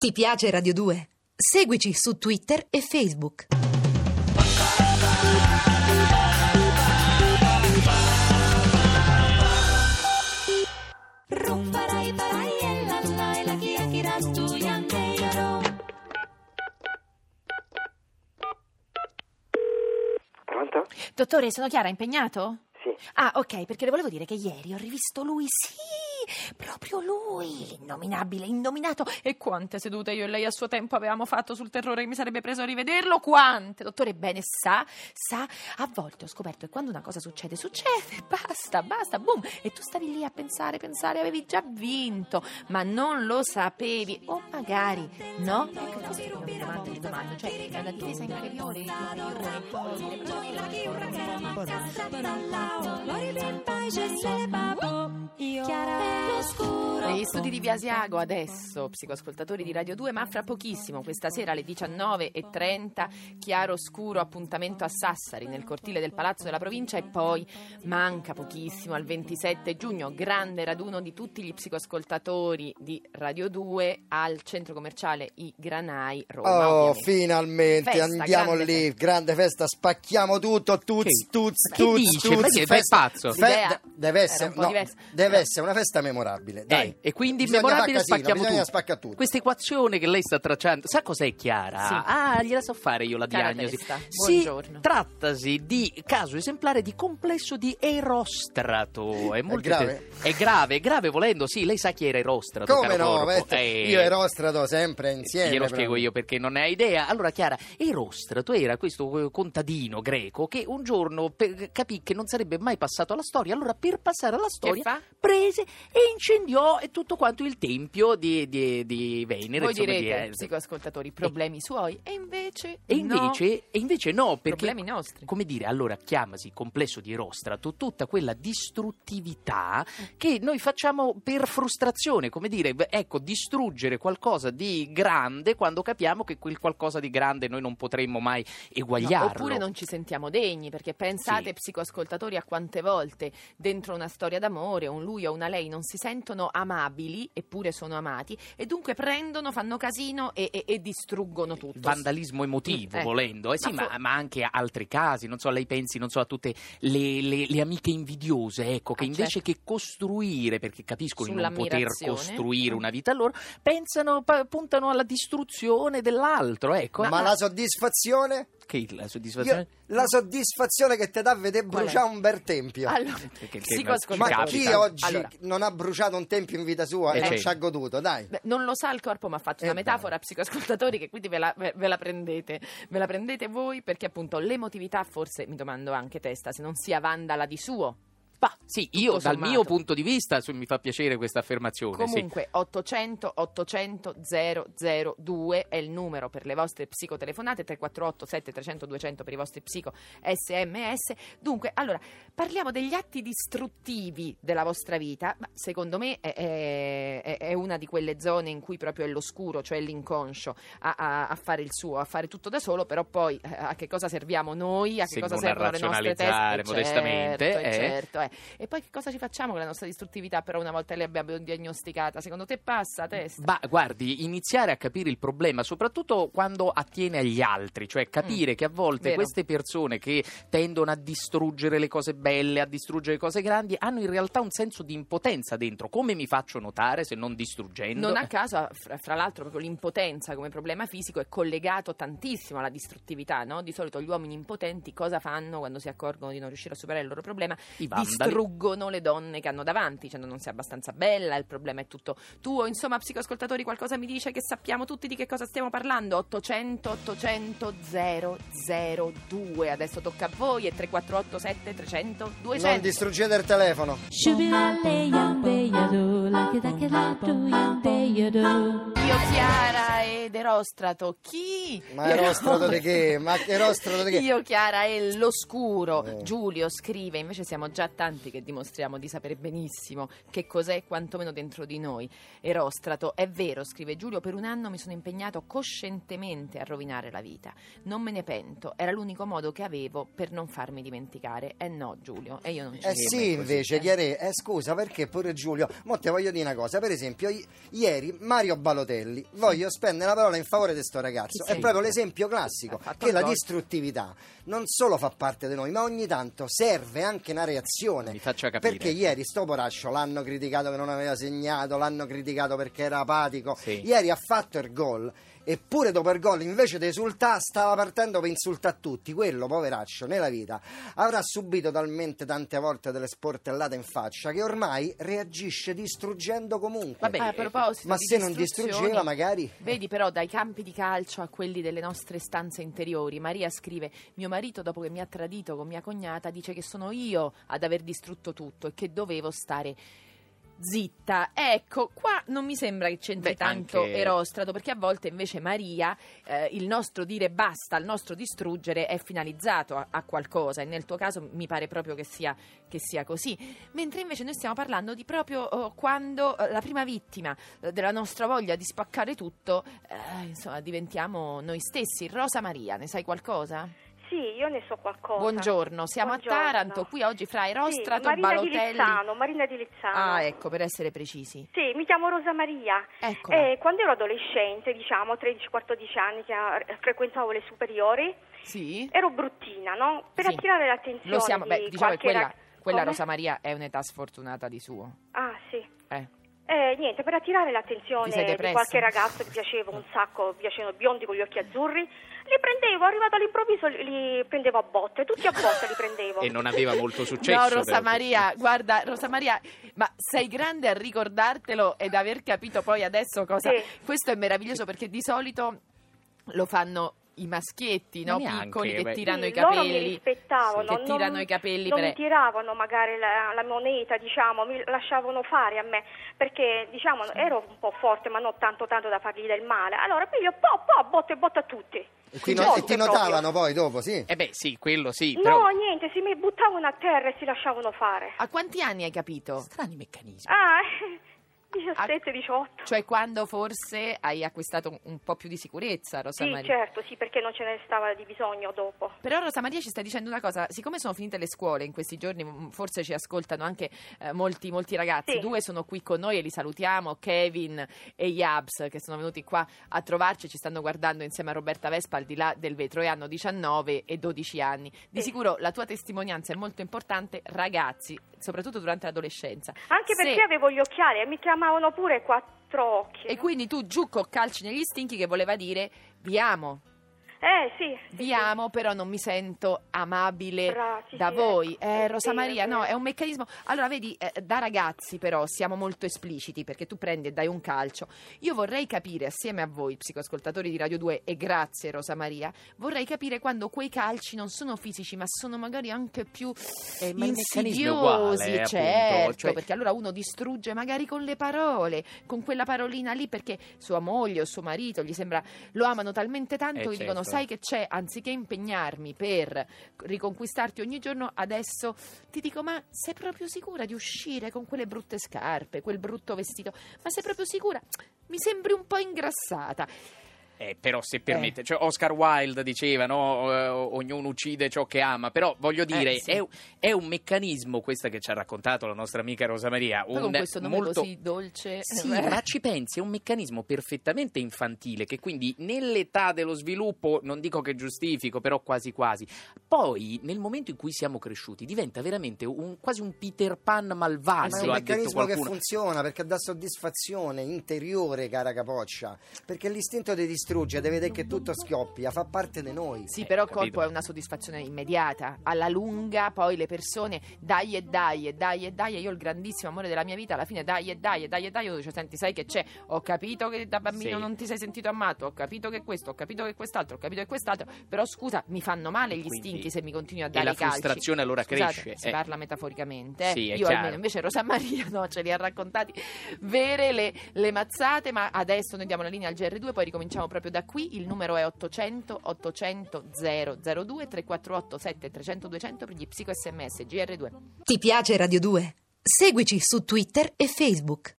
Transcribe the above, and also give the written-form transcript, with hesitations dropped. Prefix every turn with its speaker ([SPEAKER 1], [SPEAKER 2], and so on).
[SPEAKER 1] Ti piace Radio 2? Seguici su Twitter e Facebook.
[SPEAKER 2] Pronto?
[SPEAKER 3] Dottore, sono Chiara, impegnato?
[SPEAKER 2] Sì.
[SPEAKER 3] Ah, ok, perché le volevo dire che ieri ho rivisto lui, sì, proprio lui, l'innominabile, innominato. E quante sedute io e lei a suo tempo avevamo fatto sul terrore che mi sarebbe preso a rivederlo, quante! Dottore, bene, sa, a volte ho scoperto che quando una cosa succede, basta, boom, e tu stavi lì a pensare, avevi già vinto, ma non lo sapevi, o magari, no? Ecco, questo è mi domando, cioè, è una difesa inferiore, Negli studi di Via Asiago adesso, psicoascoltatori di Radio 2, ma fra pochissimo, questa sera alle 19:30, chiaro scuro, appuntamento a Sassari, nel cortile del Palazzo della Provincia, e poi manca pochissimo, al 27 giugno, grande raduno di tutti gli psicoascoltatori di Radio 2 al centro commerciale I Granai, Roma.
[SPEAKER 4] Oh, finalmente
[SPEAKER 3] festa,
[SPEAKER 4] andiamo
[SPEAKER 3] grande
[SPEAKER 4] lì, grande festa, spacchiamo tutto,
[SPEAKER 5] Che dice? Perché è pazzo?
[SPEAKER 4] Deve essere,
[SPEAKER 3] un po' diversa.
[SPEAKER 4] deve essere una festa memorabile, dai.
[SPEAKER 5] E quindi
[SPEAKER 4] Bisogna
[SPEAKER 5] memorabile
[SPEAKER 4] far casino,
[SPEAKER 5] spacchiamo
[SPEAKER 4] bisogna
[SPEAKER 5] tutto.
[SPEAKER 4] spacca tutto.
[SPEAKER 5] Questa equazione che lei sta tracciando, sa cos'è, Chiara?
[SPEAKER 3] Sì.
[SPEAKER 5] Ah, gliela so fare io la
[SPEAKER 3] Cara
[SPEAKER 5] diagnosi.
[SPEAKER 3] testa,
[SPEAKER 5] Sì,
[SPEAKER 3] buongiorno.
[SPEAKER 5] trattasi di caso esemplare di complesso di Erostrato. È molto
[SPEAKER 4] grave?
[SPEAKER 5] È grave, volendo, sì, lei sa chi era Erostrato.
[SPEAKER 4] Come
[SPEAKER 5] caro
[SPEAKER 4] no?
[SPEAKER 5] corpo.
[SPEAKER 4] Io e Erostrato sempre insieme.
[SPEAKER 5] Glielo
[SPEAKER 4] proprio.
[SPEAKER 5] spiego io perché non ne ha idea. Allora, Chiara, Erostrato era questo contadino greco che un giorno capì che non sarebbe mai passato alla storia. Allora, per passare alla storia,
[SPEAKER 3] fa?
[SPEAKER 5] prese e incendiò tutto quanto il tempio di Venere.
[SPEAKER 3] Voi
[SPEAKER 5] insomma,
[SPEAKER 3] direte, psicoascoltatori, problemi suoi, e invece
[SPEAKER 5] no, perché
[SPEAKER 3] problemi nostri.
[SPEAKER 5] come dire, allora chiamasi complesso di Erostrato tutta quella distruttività che noi facciamo per frustrazione, come dire, ecco, distruggere qualcosa di grande quando capiamo che quel qualcosa di grande noi non potremmo mai eguagliarlo.
[SPEAKER 3] No, oppure non ci sentiamo degni, perché pensate,
[SPEAKER 5] Sì.
[SPEAKER 3] psicoascoltatori, a quante volte dentro una storia d'amore un lui o una lei non si sentono amabili, eppure sono amati, e dunque fanno casino e distruggono tutto.
[SPEAKER 5] Vandalismo emotivo, volendo, sì, ma anche altri casi, non so, lei pensi, non so, a tutte le amiche invidiose, ecco, che invece
[SPEAKER 3] certo.
[SPEAKER 5] che costruire, perché capiscono di non poter
[SPEAKER 3] Sull'ammirazione.
[SPEAKER 5] costruire una vita loro, puntano alla distruzione dell'altro, ecco.
[SPEAKER 4] Ma la soddisfazione?
[SPEAKER 5] Che la soddisfazione?
[SPEAKER 4] La soddisfazione che ti dà vedere
[SPEAKER 3] Qual è?
[SPEAKER 4] bruciare un bel tempio.
[SPEAKER 3] Allora,
[SPEAKER 5] Che
[SPEAKER 3] psicoascoltatori,
[SPEAKER 4] Ma
[SPEAKER 5] capita.
[SPEAKER 4] chi oggi
[SPEAKER 3] Allora,
[SPEAKER 4] non ha bruciato un tempio in vita sua e non
[SPEAKER 5] certo.
[SPEAKER 4] ci ha goduto, dai.
[SPEAKER 3] beh, non lo sa il corpo, ma ha fatto una metafora, psicoascoltatori, che quindi ve la prendete voi, perché appunto l'emotività, forse mi domando anche testa, se non sia vandala di suo.
[SPEAKER 5] Bah, sì, io
[SPEAKER 3] Tutto
[SPEAKER 5] dal
[SPEAKER 3] sommato.
[SPEAKER 5] mio punto di vista mi fa piacere questa affermazione.
[SPEAKER 3] Comunque 800 800 002 è il numero per le vostre psicotelefonate, 348 7300 200 per i vostri psico SMS. Dunque, allora, parliamo degli atti distruttivi della vostra vita, ma secondo me è una di quelle zone in cui proprio è l'oscuro, cioè l'inconscio, a fare il suo, a fare tutto da solo, però poi a che cosa serviamo noi, a che cosa servono le nostre teste?
[SPEAKER 5] razionalizzare modestamente.
[SPEAKER 3] Certo. E poi che cosa ci facciamo con la nostra distruttività, però una volta le abbiamo diagnosticata? Secondo te passa, testa?
[SPEAKER 5] Ma guardi, iniziare a capire il problema, soprattutto quando attiene agli altri, cioè capire che a volte
[SPEAKER 3] Vero.
[SPEAKER 5] queste persone che tendono a distruggere le cose belle, a distruggere le cose grandi, hanno in realtà un senso di impotenza dentro. Come mi faccio notare se non distruggendo?
[SPEAKER 3] Non a caso, fra l'altro, proprio l'impotenza come problema fisico è collegato tantissimo alla distruttività, no? Di solito gli uomini impotenti cosa fanno quando si accorgono di non riuscire a superare il loro problema?
[SPEAKER 5] I vandali.
[SPEAKER 3] Distruggono le donne che hanno davanti, dicendo non sei abbastanza bella, il problema è tutto tuo. Insomma, psicoascoltatori, qualcosa mi dice che sappiamo tutti di che cosa stiamo parlando. 800 800 002. Adesso tocca a voi, e 348 7300 200.
[SPEAKER 4] Non distruggete il telefono.
[SPEAKER 3] Io, Chiara e ed Erostrato, chi?
[SPEAKER 4] Ma Erostrato di che? Ma che Erostrato di che?
[SPEAKER 3] Io, Chiara, è l'oscuro.
[SPEAKER 4] Eh.
[SPEAKER 3] Giulio scrive, invece siamo già tanti che dimostriamo di sapere benissimo che cos'è quantomeno dentro di noi. Erostrato, è vero, scrive Giulio, per un anno mi sono impegnato coscientemente a rovinare la vita. Non me ne pento, era l'unico modo che avevo per non farmi dimenticare. No, Giulio, e io non ci
[SPEAKER 4] Sì, invece, Chiare, scusa, perché pure Giulio, mo ti voglio dire una cosa, per esempio, ieri Mario Balotelli, voglio spendere la parola in favore di sto ragazzo,
[SPEAKER 3] Chi
[SPEAKER 4] è
[SPEAKER 3] sei?
[SPEAKER 4] proprio l'esempio classico,
[SPEAKER 3] Ha fatto
[SPEAKER 4] che la
[SPEAKER 3] gol.
[SPEAKER 4] distruttività non solo fa parte di noi, ma ogni tanto serve anche una reazione.
[SPEAKER 5] Mi faccia capire.
[SPEAKER 4] Perché ieri sto poraccio l'hanno criticato che non aveva segnato, l'hanno criticato perché era apatico,
[SPEAKER 5] Sì.
[SPEAKER 4] ieri ha fatto il gol. Eppure dopo il gol, invece di esultare, stava partendo per insultare tutti. Quello, poveraccio, nella vita avrà subito talmente tante volte delle sportellate in faccia che ormai reagisce distruggendo comunque.
[SPEAKER 5] Vabbè,
[SPEAKER 3] A proposito
[SPEAKER 4] ma
[SPEAKER 3] di
[SPEAKER 4] se non
[SPEAKER 3] distruzioni,
[SPEAKER 4] distruggeva magari...
[SPEAKER 3] Vedi però dai campi di calcio a quelli delle nostre stanze interiori. Maria scrive: mio marito dopo che mi ha tradito con mia cognata dice che sono io ad aver distrutto tutto e che dovevo stare zitta. Ecco, qua non mi sembra che c'entri tanto
[SPEAKER 5] anche-
[SPEAKER 3] Erostrato, perché a volte invece Maria, il nostro dire basta, il nostro distruggere è finalizzato a qualcosa, e nel tuo caso mi pare proprio che sia così. Mentre invece noi stiamo parlando di proprio quando la prima vittima della nostra voglia di spaccare tutto, insomma, diventiamo noi stessi. Rosa Maria, ne sai qualcosa?
[SPEAKER 2] Sì, io ne so qualcosa.
[SPEAKER 3] Buongiorno, siamo
[SPEAKER 2] Buongiorno.
[SPEAKER 3] a Taranto, qui oggi fra Erostrato,
[SPEAKER 2] Marina
[SPEAKER 3] Balotelli.
[SPEAKER 2] Marina di Lizzano.
[SPEAKER 3] Ah, ecco, per essere precisi.
[SPEAKER 2] Sì, mi chiamo Rosa Maria.
[SPEAKER 3] Eccola.
[SPEAKER 2] Quando ero adolescente, diciamo 13-14 anni, che frequentavo le superiori,
[SPEAKER 3] Sì?
[SPEAKER 2] ero bruttina, no? Per
[SPEAKER 3] Sì.
[SPEAKER 2] attirare l'attenzione
[SPEAKER 3] Lo siamo,
[SPEAKER 2] di
[SPEAKER 3] diciamo che
[SPEAKER 2] qualche
[SPEAKER 3] quella
[SPEAKER 2] Come?
[SPEAKER 3] Rosa Maria è un'età sfortunata di suo.
[SPEAKER 2] Ah, sì.
[SPEAKER 3] Eh.
[SPEAKER 2] Per attirare
[SPEAKER 3] Ti sei
[SPEAKER 2] l'attenzione di
[SPEAKER 3] depressa?
[SPEAKER 2] qualche ragazzo che piaceva un sacco, piacevano biondi con gli occhi azzurri, li prendevo, arrivato all'improvviso li prendevo a botte, tutti a botte li prendevo.
[SPEAKER 5] E non aveva molto successo.
[SPEAKER 3] No, Rosa
[SPEAKER 5] però.
[SPEAKER 3] Maria, guarda, Rosa Maria, ma sei grande a ricordartelo ed aver capito poi adesso cosa...
[SPEAKER 2] Sì.
[SPEAKER 3] Questo è meraviglioso perché di solito lo fanno i maschietti, no?
[SPEAKER 5] Ma neanche,
[SPEAKER 3] Piccoli che
[SPEAKER 5] beh.
[SPEAKER 3] tirano i
[SPEAKER 2] Loro mi
[SPEAKER 3] capelli.
[SPEAKER 2] rispettavano,
[SPEAKER 3] Che tirano i capelli
[SPEAKER 2] non
[SPEAKER 3] per...
[SPEAKER 2] mi tiravano magari la moneta, diciamo, mi lasciavano fare a me, perché diciamo ero un po' forte, ma non tanto da fargli del male. Allora piglio botte a tutti.
[SPEAKER 4] E ti
[SPEAKER 2] Botte
[SPEAKER 4] notavano poi dopo, sì?
[SPEAKER 5] Eh beh, sì, quello sì,
[SPEAKER 2] No,
[SPEAKER 5] però...
[SPEAKER 2] niente, si mi buttavano a terra e si lasciavano fare.
[SPEAKER 3] A quanti anni hai capito?
[SPEAKER 5] Strani meccanismi.
[SPEAKER 2] 17, 18.
[SPEAKER 3] Cioè quando forse hai acquistato un po' più di sicurezza, Rosa
[SPEAKER 2] Sì,
[SPEAKER 3] Maria?
[SPEAKER 2] certo, sì, perché non ce ne stava di bisogno dopo.
[SPEAKER 3] Però Rosa Maria ci sta dicendo una cosa: siccome sono finite le scuole in questi giorni, forse ci ascoltano anche molti ragazzi.
[SPEAKER 2] Sì.
[SPEAKER 3] 2 sono qui con noi e li salutiamo, Kevin e Yabs, che sono venuti qua a trovarci, ci stanno guardando insieme a Roberta Vespa al di là del vetro, e hanno 19 e 12 anni. Di
[SPEAKER 2] Sì.
[SPEAKER 3] sicuro la tua testimonianza è molto importante, ragazzi, soprattutto durante l'adolescenza.
[SPEAKER 2] Anche
[SPEAKER 3] Se-
[SPEAKER 2] perché avevo gli occhiali e mi chiamavano pure quattro occhi.
[SPEAKER 3] E quindi tu giù con calci negli stinchi, che voleva dire vi amo.
[SPEAKER 2] Sì.
[SPEAKER 3] Vi amo, però non mi sento amabile
[SPEAKER 2] Sì,
[SPEAKER 3] da
[SPEAKER 2] sì,
[SPEAKER 3] voi.
[SPEAKER 2] ecco.
[SPEAKER 3] Rosa
[SPEAKER 2] Sì,
[SPEAKER 3] Maria, no,
[SPEAKER 2] vero.
[SPEAKER 3] è un meccanismo. Allora, vedi, da ragazzi però siamo molto espliciti, perché tu prendi e dai un calcio. Io vorrei capire, assieme a voi, psicoascoltatori di Radio 2, e grazie Rosa Maria, vorrei capire quando quei calci non sono fisici, ma sono magari anche più
[SPEAKER 5] ma il meccanismo è uguale,
[SPEAKER 3] insidiosi,
[SPEAKER 5] appunto,
[SPEAKER 3] certo,
[SPEAKER 5] cioè-
[SPEAKER 3] perché allora uno distrugge magari con le parole, con quella parolina lì, perché sua moglie o suo marito gli sembra, lo amano talmente tanto che dicono:
[SPEAKER 5] certo.
[SPEAKER 3] sai che c'è, anziché impegnarmi per riconquistarti ogni giorno, adesso ti dico: ma sei proprio sicura di uscire con quelle brutte scarpe, quel brutto vestito? Ma sei proprio sicura? Mi sembri un po' ingrassata.
[SPEAKER 5] Però se permette, cioè Oscar Wilde diceva, no, ognuno uccide ciò che ama, però voglio dire,
[SPEAKER 3] sì.
[SPEAKER 5] è un meccanismo, questa che ci ha raccontato la nostra amica Rosa Maria,
[SPEAKER 3] Poi con questo nome
[SPEAKER 5] molto...
[SPEAKER 3] così dolce.
[SPEAKER 5] Sì, ma ci pensi, è un meccanismo perfettamente infantile che quindi nell'età dello sviluppo, non dico che giustifico, però quasi quasi, poi nel momento in cui siamo cresciuti diventa veramente quasi un Peter Pan malvagio,
[SPEAKER 4] Ma è un
[SPEAKER 5] ha detto
[SPEAKER 4] meccanismo che
[SPEAKER 5] qualcuno.
[SPEAKER 4] funziona perché dà soddisfazione interiore, cara Capoccia, perché l'istinto di distruggere, deve vedere che tutto schioppia, fa parte di noi.
[SPEAKER 3] Sì, però il
[SPEAKER 5] capito.
[SPEAKER 3] colpo è una soddisfazione immediata. Alla lunga poi le persone dai, io ho il grandissimo amore della mia vita, alla fine dai, io dico: senti, sai che c'è? Ho capito che da bambino
[SPEAKER 5] Sì.
[SPEAKER 3] non ti sei sentito amato, ho capito che questo, ho capito che quest'altro, ho capito che quest'altro, però scusa, mi fanno male gli
[SPEAKER 5] Quindi-
[SPEAKER 3] stinchi se mi continui a
[SPEAKER 5] e
[SPEAKER 3] dare
[SPEAKER 5] la
[SPEAKER 3] i calci.
[SPEAKER 5] frustrazione allora
[SPEAKER 3] Scusate,
[SPEAKER 5] cresce,
[SPEAKER 3] si parla metaforicamente,
[SPEAKER 5] Sì, è
[SPEAKER 3] io
[SPEAKER 5] chiaro.
[SPEAKER 3] almeno, invece Rosa Maria no, ce li ha raccontati vere le mazzate, ma adesso noi diamo la linea al GR2, poi ricominciamo proprio proprio da qui. Il numero è 800 800 002 348 7300 200 per gli psico SMS GR2.
[SPEAKER 1] Ti piace Radio 2? Seguici su Twitter e Facebook.